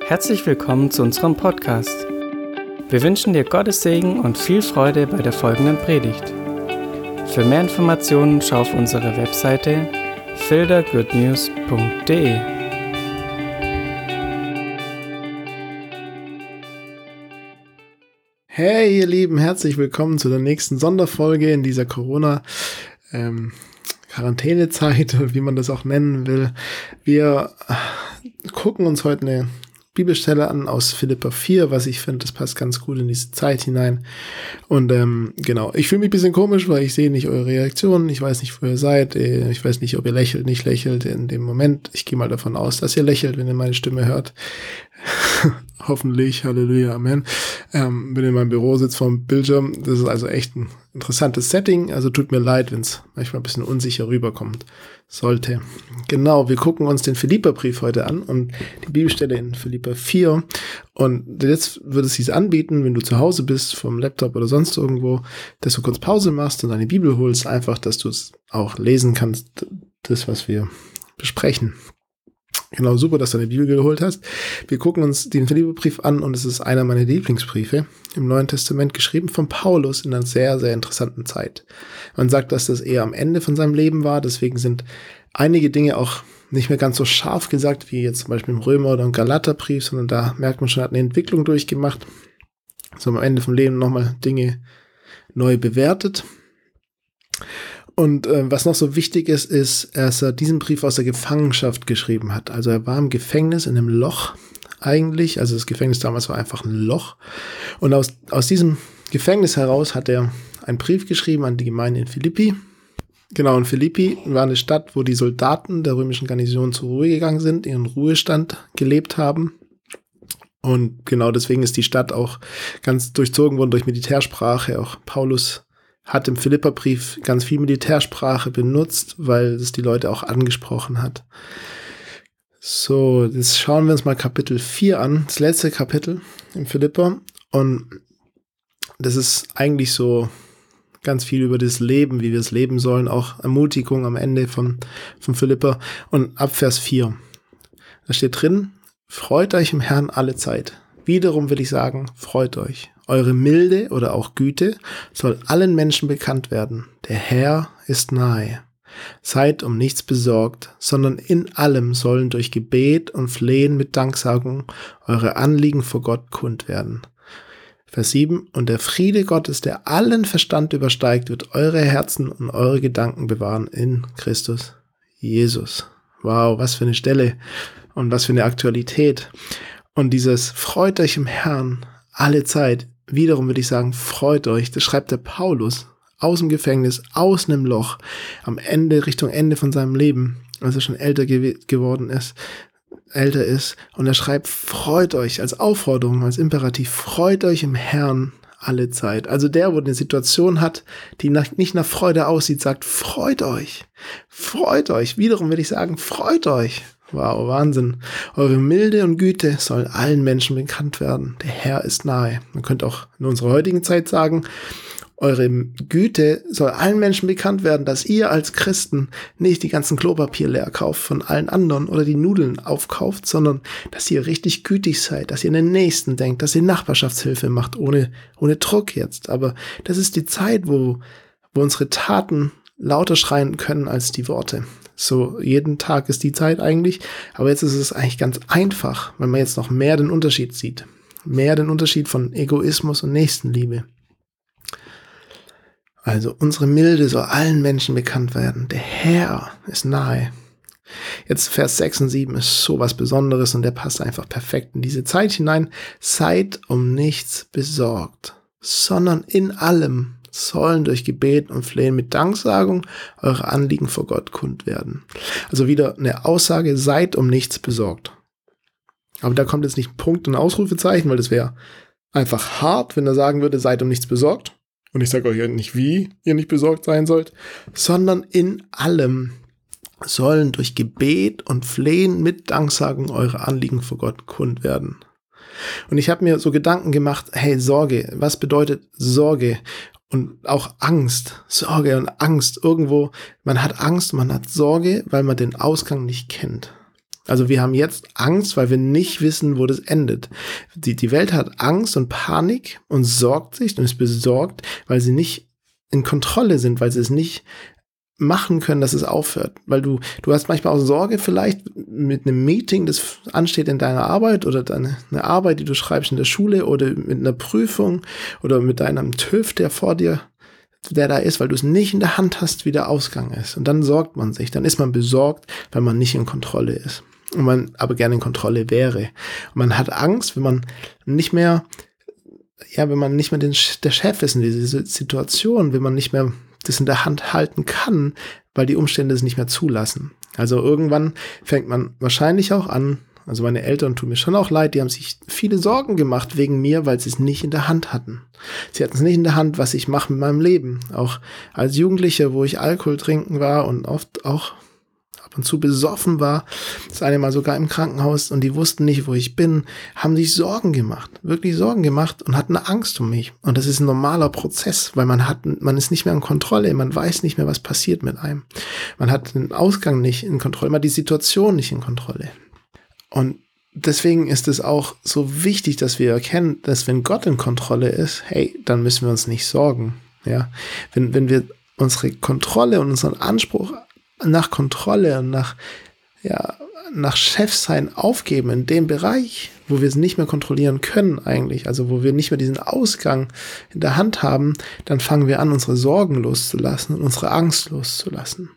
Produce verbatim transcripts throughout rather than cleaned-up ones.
Herzlich willkommen zu unserem Podcast. Wir wünschen dir Gottes Segen und viel Freude bei der folgenden Predigt. Für mehr Informationen schau auf unsere Webseite fildergoodnews punkt de. Hey ihr Lieben, herzlich willkommen zu der nächsten Sonderfolge in dieser Corona- ähm, Quarantänezeit, wie man das auch nennen will. Wir gucken uns heute eine Bibelstelle an aus Philipper vier, was ich finde, das passt ganz gut in diese Zeit hinein. Und ähm, genau, ich fühle mich ein bisschen komisch, weil ich sehe nicht eure Reaktionen. Ich weiß nicht, wo ihr seid. Ich weiß nicht, ob ihr lächelt, nicht lächelt in dem Moment. Ich gehe mal davon aus, dass ihr lächelt, wenn ihr meine Stimme hört. Hoffentlich, Halleluja, Amen. Ähm, bin in meinem Büro, sitze vorm Bildschirm. Das ist also echt ein interessantes Setting. Also tut mir leid, wenn es manchmal ein bisschen unsicher rüberkommt sollte. Genau, wir gucken uns den Philipperbrief heute an und die Bibelstelle in Philipper vier. Und jetzt würde es sich anbieten, wenn du zu Hause bist, vom Laptop oder sonst irgendwo, dass du kurz Pause machst und deine Bibel holst, einfach, dass du es auch lesen kannst, das, was wir besprechen. Genau, super, dass du eine Bibel geholt hast. Wir gucken uns den Philipperbrief an und es ist einer meiner Lieblingsbriefe im Neuen Testament, geschrieben von Paulus in einer sehr, sehr interessanten Zeit. Man sagt, dass das eher am Ende von seinem Leben war, deswegen sind einige Dinge auch nicht mehr ganz so scharf gesagt, wie jetzt zum Beispiel im Römer- oder im Galaterbrief, sondern da merkt man schon, er hat eine Entwicklung durchgemacht, so am Ende vom Leben nochmal Dinge neu bewertet. Und äh, was noch so wichtig ist, ist, dass er diesen Brief aus der Gefangenschaft geschrieben hat. Also er war im Gefängnis, in einem Loch eigentlich. Also das Gefängnis damals war einfach ein Loch. Und aus, aus diesem Gefängnis heraus hat er einen Brief geschrieben an die Gemeinde in Philippi. Genau, in Philippi war eine Stadt, wo die Soldaten der römischen Garnison zur Ruhe gegangen sind, ihren Ruhestand gelebt haben. Und genau deswegen ist die Stadt auch ganz durchzogen worden durch Militärsprache. Auch Paulus hat im Philipperbrief ganz viel Militärsprache benutzt, weil es die Leute auch angesprochen hat. So, jetzt schauen wir uns mal Kapitel vier an, das letzte Kapitel im Philipper. Und das ist eigentlich so ganz viel über das Leben, wie wir es leben sollen, auch Ermutigung am Ende von, von Philipper. Und ab Vers vier, da steht drin: Freut euch im Herrn alle Zeit. Wiederum will ich sagen, freut euch. Eure Milde oder auch Güte soll allen Menschen bekannt werden. Der Herr ist nahe. Seid um nichts besorgt, sondern in allem sollen durch Gebet und Flehen mit Danksagung eure Anliegen vor Gott kund werden. Vers sieben. Und der Friede Gottes, der allen Verstand übersteigt, wird eure Herzen und eure Gedanken bewahren in Christus Jesus. Wow, was für eine Stelle und was für eine Aktualität. Und dieses freut euch im Herrn alle Zeit. Wiederum würde ich sagen, freut euch. Das schreibt der Paulus aus dem Gefängnis, aus einem Loch, am Ende, Richtung Ende von seinem Leben, als er schon älter ge- geworden ist, älter ist. Und er schreibt, freut euch als Aufforderung, als Imperativ, freut euch im Herrn alle Zeit. Also der, wo eine Situation hat, die nach, nicht nach Freude aussieht, sagt, freut euch, freut euch. Wiederum würde ich sagen, freut euch. Wow, Wahnsinn. Eure Milde und Güte soll allen Menschen bekannt werden. Der Herr ist nahe. Man könnte auch in unserer heutigen Zeit sagen, eure Güte soll allen Menschen bekannt werden, dass ihr als Christen nicht die ganzen Klopapier leer kauft von allen anderen oder die Nudeln aufkauft, sondern dass ihr richtig gütig seid, dass ihr an den Nächsten denkt, dass ihr Nachbarschaftshilfe macht, ohne, ohne Druck jetzt. Aber das ist die Zeit, wo, wo unsere Taten lauter schreien können als die Worte. So, jeden Tag ist die Zeit eigentlich, aber jetzt ist es eigentlich ganz einfach, weil man jetzt noch mehr den Unterschied sieht. Mehr den Unterschied von Egoismus und Nächstenliebe. Also, unsere Milde soll allen Menschen bekannt werden. Der Herr ist nahe. Jetzt Vers sechs und sieben ist so was Besonderes und der passt einfach perfekt in diese Zeit hinein. Seid um nichts besorgt, sondern in allem sollen durch Gebet und Flehen mit Danksagung eure Anliegen vor Gott kund werden. Also wieder eine Aussage, seid um nichts besorgt. Aber da kommt jetzt nicht ein Punkt und ein Ausrufezeichen, weil das wäre einfach hart, wenn er sagen würde, seid um nichts besorgt. Und ich sage euch ja nicht, wie ihr nicht besorgt sein sollt, sondern in allem sollen durch Gebet und Flehen mit Danksagung eure Anliegen vor Gott kund werden. Und ich habe mir so Gedanken gemacht, hey, Sorge, was bedeutet Sorge? Und auch Angst, Sorge und Angst irgendwo. Man hat Angst, man hat Sorge, weil man den Ausgang nicht kennt. Also wir haben jetzt Angst, weil wir nicht wissen, wo das endet. Die, die Welt hat Angst und Panik und sorgt sich und ist besorgt, weil sie nicht in Kontrolle sind, weil sie es nicht machen können, dass es aufhört. Weil du, du hast manchmal auch Sorge vielleicht mit einem Meeting, das ansteht in deiner Arbeit oder deine eine Arbeit, die du schreibst in der Schule oder mit einer Prüfung oder mit deinem TÜV, der vor dir, der da ist, weil du es nicht in der Hand hast, wie der Ausgang ist. Und dann sorgt man sich, dann ist man besorgt, weil man nicht in Kontrolle ist. Und man aber gerne in Kontrolle wäre. Und man hat Angst, wenn man nicht mehr, ja, wenn man nicht mehr den, der Chef ist in dieser Situation, wenn man nicht mehr das in der Hand halten kann, weil die Umstände es nicht mehr zulassen. Also irgendwann fängt man wahrscheinlich auch an, also meine Eltern tun mir schon auch leid, die haben sich viele Sorgen gemacht wegen mir, weil sie es nicht in der Hand hatten. Sie hatten es nicht in der Hand, was ich mache mit meinem Leben. Auch als Jugendlicher, wo ich Alkohol trinken war und oft auch ab und zu besoffen war, das eine Mal sogar im Krankenhaus und die wussten nicht, wo ich bin, haben sich Sorgen gemacht, wirklich Sorgen gemacht und hatten Angst um mich. Und das ist ein normaler Prozess, weil man hat, man ist nicht mehr in Kontrolle, man weiß nicht mehr, was passiert mit einem. Man hat den Ausgang nicht in Kontrolle, man hat die Situation nicht in Kontrolle. Und deswegen ist es auch so wichtig, dass wir erkennen, dass wenn Gott in Kontrolle ist, hey, dann müssen wir uns nicht sorgen. Ja, wenn, wenn wir unsere Kontrolle und unseren Anspruch nach Kontrolle und nach, ja, nach Chefsein aufgeben in dem Bereich, wo wir es nicht mehr kontrollieren können eigentlich, also wo wir nicht mehr diesen Ausgang in der Hand haben, dann fangen wir an, unsere Sorgen loszulassen und unsere Angst loszulassen.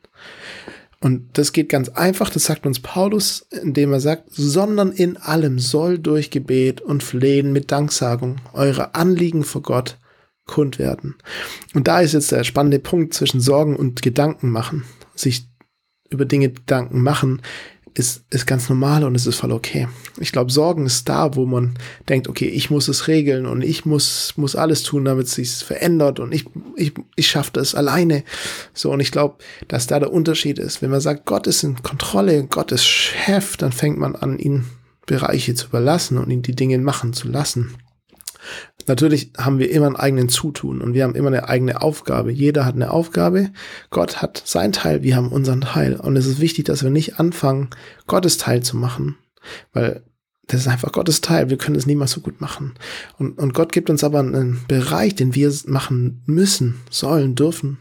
Und das geht ganz einfach, das sagt uns Paulus, indem er sagt, sondern in allem soll durch Gebet und Flehen mit Danksagung eure Anliegen vor Gott kund werden. Und da ist jetzt der spannende Punkt zwischen Sorgen und Gedanken machen. Sich über Dinge Gedanken machen, ist, ist ganz normal und es ist voll okay. Ich glaube, Sorgen ist da, wo man denkt, okay, ich muss es regeln und ich muss, muss alles tun, damit es sich verändert und ich, ich, ich schaffe das alleine. So, und ich glaube, dass da der Unterschied ist. Wenn man sagt, Gott ist in Kontrolle, Gott ist Chef, dann fängt man an, ihn Bereiche zu überlassen und ihn die Dinge machen zu lassen. Natürlich haben wir immer einen eigenen Zutun und wir haben immer eine eigene Aufgabe. Jeder hat eine Aufgabe. Gott hat seinen Teil, wir haben unseren Teil. Und es ist wichtig, dass wir nicht anfangen, Gottes Teil zu machen, weil das ist einfach Gottes Teil. Wir können es niemals so gut machen. Und, und Gott gibt uns aber einen Bereich, den wir machen müssen, sollen, dürfen.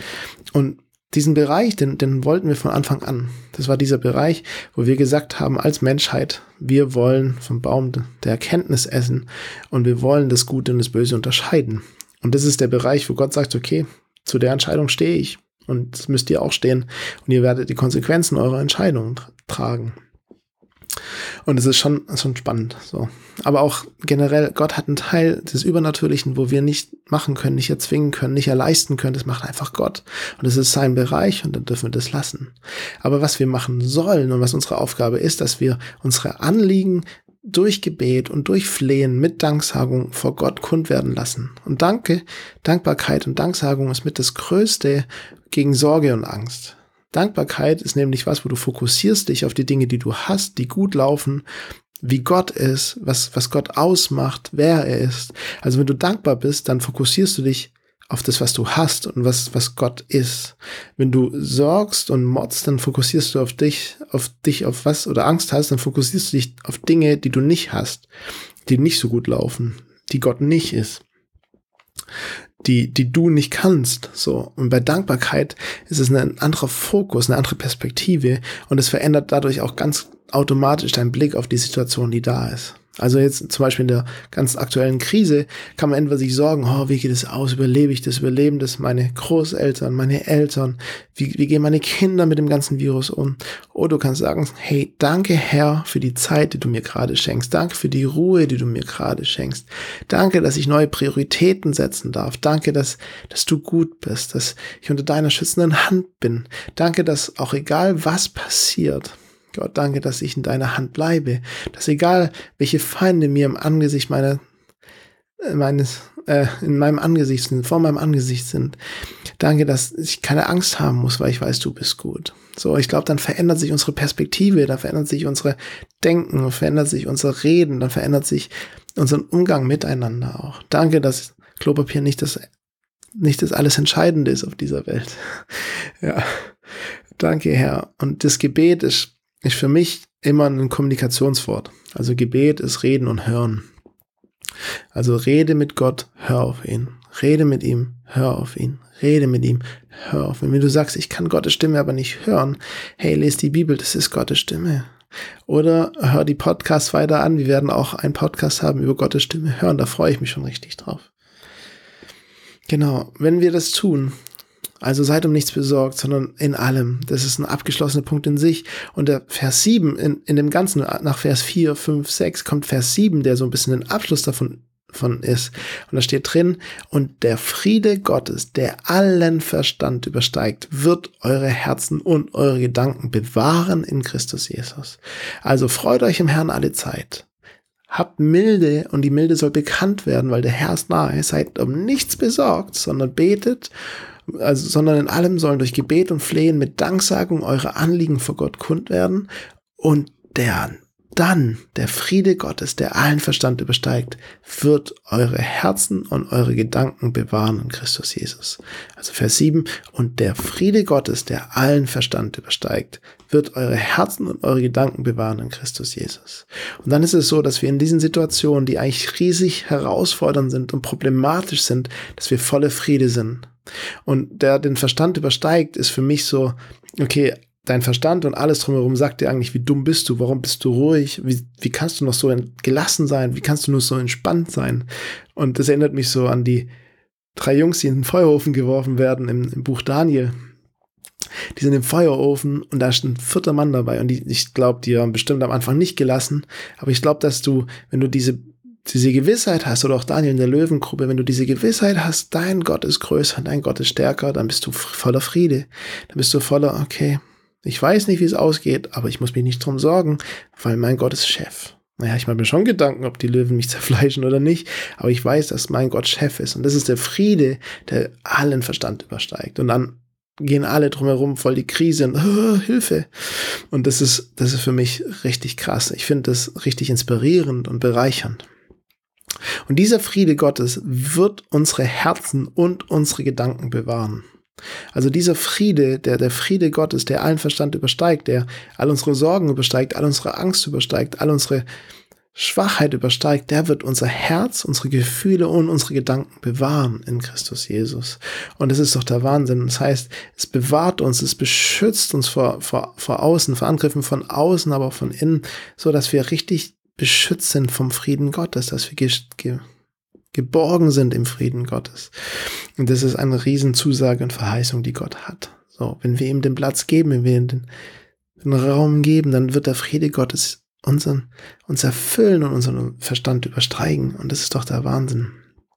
Und diesen Bereich, den, den wollten wir von Anfang an. Das war dieser Bereich, wo wir gesagt haben, als Menschheit, wir wollen vom Baum der Erkenntnis essen und wir wollen das Gute und das Böse unterscheiden. Und das ist der Bereich, wo Gott sagt, okay, zu der Entscheidung stehe ich und das müsst ihr auch stehen und ihr werdet die Konsequenzen eurer Entscheidungen tra- tragen. Und es ist schon, schon spannend, so. Aber auch generell, Gott hat einen Teil des Übernatürlichen, wo wir nicht machen können, nicht erzwingen können, nicht erleisten können. Das macht einfach Gott. Und es ist sein Bereich und dann dürfen wir das lassen. Aber was wir machen sollen und was unsere Aufgabe ist, dass wir unsere Anliegen durch Gebet und durch Flehen mit Danksagung vor Gott kund werden lassen. Und Danke, Dankbarkeit und Danksagung ist mit das Größte gegen Sorge und Angst. Dankbarkeit ist nämlich was, wo du fokussierst dich auf die Dinge, die du hast, die gut laufen, wie Gott ist, was, was Gott ausmacht, wer er ist. Also wenn du dankbar bist, dann fokussierst du dich auf das, was du hast und was, was Gott ist. Wenn du sorgst und motzt, dann fokussierst du auf dich, auf dich, auf was oder Angst hast, dann fokussierst du dich auf Dinge, die du nicht hast, die nicht so gut laufen, die Gott nicht ist. die, die du nicht kannst, so. Und bei Dankbarkeit ist es ein anderer Fokus, eine andere Perspektive und es verändert dadurch auch ganz automatisch deinen Blick auf die Situation, die da ist. Also jetzt zum Beispiel in der ganz aktuellen Krise kann man entweder sich sorgen, oh, wie geht es aus, überlebe ich das, überleben das meine Großeltern, meine Eltern, wie, wie gehen meine Kinder mit dem ganzen Virus um? Oder du kannst sagen, hey, danke Herr für die Zeit, die du mir gerade schenkst, danke für die Ruhe, die du mir gerade schenkst, danke, dass ich neue Prioritäten setzen darf, danke, dass, dass du gut bist, dass ich unter deiner schützenden Hand bin, danke, dass auch egal was passiert, Gott, danke, dass ich in deiner Hand bleibe, dass egal, welche Feinde mir im Angesicht meiner, meines, äh, in meinem Angesicht sind, vor meinem Angesicht sind, danke, dass ich keine Angst haben muss, weil ich weiß, du bist gut. So, ich glaube, dann verändert sich unsere Perspektive, dann verändert sich unsere Denken, dann verändert sich unser Reden, dann verändert sich unser Umgang miteinander auch. Danke, dass Klopapier nicht das, nicht das alles Entscheidende ist auf dieser Welt. Ja, danke, Herr. Und das Gebet ist ist für mich immer ein Kommunikationswort. Also Gebet ist Reden und Hören. Also rede mit Gott, hör auf ihn. Rede mit ihm, hör auf ihn. Rede mit ihm, hör auf ihn. Wenn du sagst, ich kann Gottes Stimme aber nicht hören, hey, lese die Bibel, das ist Gottes Stimme. Oder hör die Podcasts weiter an. Wir werden auch einen Podcast haben über Gottes Stimme hören. Da freue ich mich schon richtig drauf. Genau, wenn wir das tun, also seid um nichts besorgt, sondern in allem. Das ist ein abgeschlossener Punkt in sich. Und der Vers sieben, in, in dem Ganzen, nach Vers vier, fünf, sechs, kommt Vers sieben, der so ein bisschen ein Abschluss davon von ist. Und da steht drin, und der Friede Gottes, der allen Verstand übersteigt, wird eure Herzen und eure Gedanken bewahren in Christus Jesus. Also freut euch im Herrn alle Zeit. Habt Milde, und die Milde soll bekannt werden, weil der Herr ist nahe. Seid um nichts besorgt, sondern betet, also, sondern in allem sollen durch Gebet und Flehen mit Danksagung eure Anliegen vor Gott kund werden, und der dann der Friede Gottes, der allen Verstand übersteigt, wird eure Herzen und eure Gedanken bewahren in Christus Jesus. Also Vers sieben, und der Friede Gottes, der allen Verstand übersteigt, wird eure Herzen und eure Gedanken bewahren in Christus Jesus. Und dann ist es so, dass wir in diesen Situationen, die eigentlich riesig herausfordernd sind und problematisch sind, dass wir volle Friede sind. Und der den Verstand übersteigt, ist für mich so, okay, dein Verstand und alles drumherum sagt dir eigentlich, wie dumm bist du, warum bist du ruhig, wie, wie kannst du noch so gelassen sein, wie kannst du nur so entspannt sein? Und das erinnert mich so an die drei Jungs, die in den Feuerofen geworfen werden im, im Buch Daniel. Die sind im Feuerofen und da ist ein vierter Mann dabei, und die, ich glaube, die haben bestimmt am Anfang nicht gelassen, aber ich glaube, dass du, wenn du diese diese Gewissheit hast, oder auch Daniel in der Löwengruppe, wenn du diese Gewissheit hast, dein Gott ist größer, dein Gott ist stärker, dann bist du voller Friede, dann bist du voller, okay, ich weiß nicht, wie es ausgeht, aber ich muss mich nicht drum sorgen, weil mein Gott ist Chef. Naja, ich mache mir schon Gedanken, ob die Löwen mich zerfleischen oder nicht, aber ich weiß, dass mein Gott Chef ist, und das ist der Friede, der allen Verstand übersteigt. Und dann gehen alle drumherum voll die Krise und oh, Hilfe. Und das ist, das ist für mich richtig krass. Ich finde das richtig inspirierend und bereichernd. Und dieser Friede Gottes wird unsere Herzen und unsere Gedanken bewahren. Also dieser Friede, der, der Friede Gottes, der allen Verstand übersteigt, der all unsere Sorgen übersteigt, all unsere Angst übersteigt, all unsere Schwachheit übersteigt, der wird unser Herz, unsere Gefühle und unsere Gedanken bewahren in Christus Jesus. Und das ist doch der Wahnsinn. Das heißt, es bewahrt uns, es beschützt uns vor, vor, vor außen, vor Angriffen von außen, aber auch von innen, so dass wir richtig beschützt sind vom Frieden Gottes, dass wir ge- ge- geborgen sind im Frieden Gottes. Und das ist eine Riesenzusage und Verheißung, die Gott hat. So, wenn wir ihm den Platz geben, wenn wir ihm den, den Raum geben, dann wird der Friede Gottes unseren, uns erfüllen und unseren Verstand übersteigen. Und das ist doch der Wahnsinn.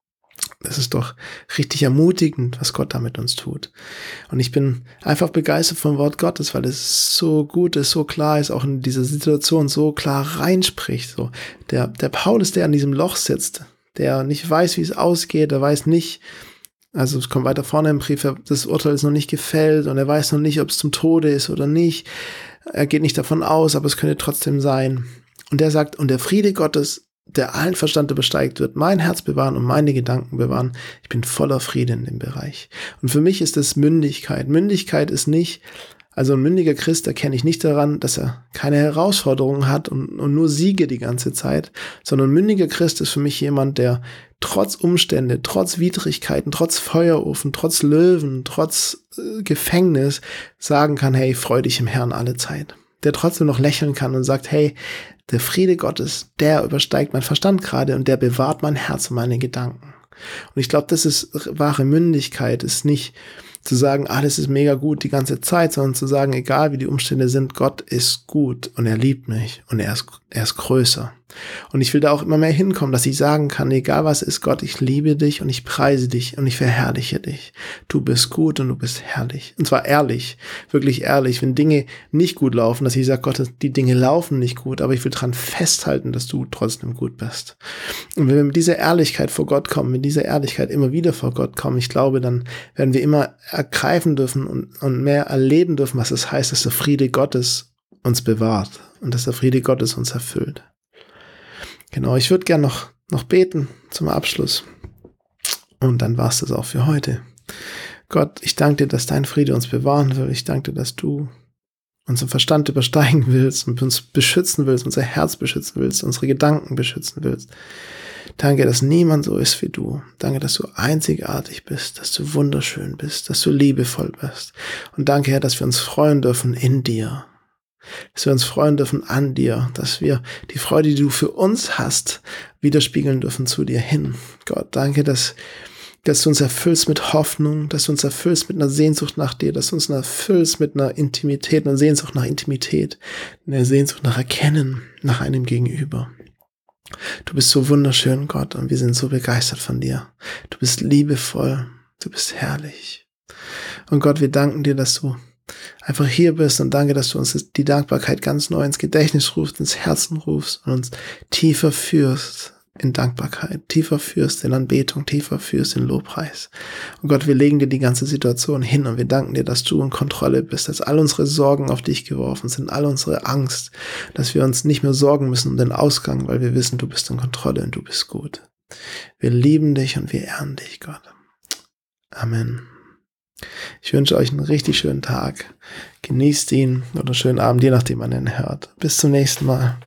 Das ist doch richtig ermutigend, was Gott da mit uns tut. Und ich bin einfach begeistert vom Wort Gottes, weil es so gut ist, so klar ist, auch in dieser Situation so klar reinspricht. So, der, der Paulus, der an diesem Loch sitzt, der nicht weiß, wie es ausgeht, der weiß nicht, also es kommt weiter vorne im Brief, das Urteil ist noch nicht gefällt und er weiß noch nicht, ob es zum Tode ist oder nicht. Er geht nicht davon aus, aber es könnte trotzdem sein. Und der sagt, und der Friede Gottes, der allen Verstand übersteigt, wird mein Herz bewahren und meine Gedanken bewahren. Ich bin voller Frieden in dem Bereich. Und für mich ist das Mündigkeit. Mündigkeit ist nicht, also ein mündiger Christ erkenne ich nicht daran, dass er keine Herausforderungen hat und, und nur Siege die ganze Zeit, sondern ein mündiger Christ ist für mich jemand, der trotz Umstände, trotz Widrigkeiten, trotz Feuerofen, trotz Löwen, trotz äh, Gefängnis sagen kann, hey, freu dich im Herrn alle Zeit. Der trotzdem noch lächeln kann und sagt, hey, der Friede Gottes, der übersteigt mein Verstand gerade und der bewahrt mein Herz und meine Gedanken. Und ich glaube, das ist wahre Mündigkeit, ist nicht zu sagen, alles ist mega gut die ganze Zeit, sondern zu sagen, egal wie die Umstände sind, Gott ist gut und er liebt mich und er ist, er ist größer. Und ich will da auch immer mehr hinkommen, dass ich sagen kann, egal was ist, Gott, ich liebe dich und ich preise dich und ich verherrliche dich. Du bist gut und du bist herrlich. Und zwar ehrlich, wirklich ehrlich. Wenn Dinge nicht gut laufen, dass ich sage, Gott, die Dinge laufen nicht gut, aber ich will dran festhalten, dass du trotzdem gut bist. Und wenn wir mit dieser Ehrlichkeit vor Gott kommen, mit dieser Ehrlichkeit immer wieder vor Gott kommen, ich glaube, dann werden wir immer ergreifen dürfen und, und mehr erleben dürfen, was es heißt, dass der Friede Gottes uns bewahrt und dass der Friede Gottes uns erfüllt. Genau, ich würde gern noch, noch beten zum Abschluss. Und dann war es das auch für heute. Gott, ich danke dir, dass dein Friede uns bewahren will. Ich danke dir, dass du unseren Verstand übersteigen willst und uns beschützen willst, unser Herz beschützen willst, unsere Gedanken beschützen willst. Danke, dass niemand so ist wie du. Danke, dass du einzigartig bist, dass du wunderschön bist, dass du liebevoll bist. Und danke, Herr, dass wir uns freuen dürfen in dir. Dass wir uns freuen dürfen an dir, dass wir die Freude, die du für uns hast, widerspiegeln dürfen zu dir hin. Gott, danke, dass dass du uns erfüllst mit Hoffnung, dass du uns erfüllst mit einer Sehnsucht nach dir, dass du uns erfüllst mit einer Intimität, einer Sehnsucht nach Intimität, einer Sehnsucht nach Erkennen, nach einem Gegenüber. Du bist so wunderschön, Gott, und wir sind so begeistert von dir. Du bist liebevoll, du bist herrlich. Und Gott, wir danken dir, dass du einfach hier bist und danke, dass du uns die Dankbarkeit ganz neu ins Gedächtnis rufst, ins Herzen rufst und uns tiefer führst in Dankbarkeit, tiefer führst in Anbetung, tiefer führst in Lobpreis. Und Gott, wir legen dir die ganze Situation hin und wir danken dir, dass du in Kontrolle bist, dass all unsere Sorgen auf dich geworfen sind, all unsere Angst, dass wir uns nicht mehr sorgen müssen um den Ausgang, weil wir wissen, du bist in Kontrolle und du bist gut. Wir lieben dich und wir ehren dich, Gott. Amen. Ich wünsche euch einen richtig schönen Tag. Genießt ihn oder einen schönen Abend, je nachdem man ihn hört. Bis zum nächsten Mal.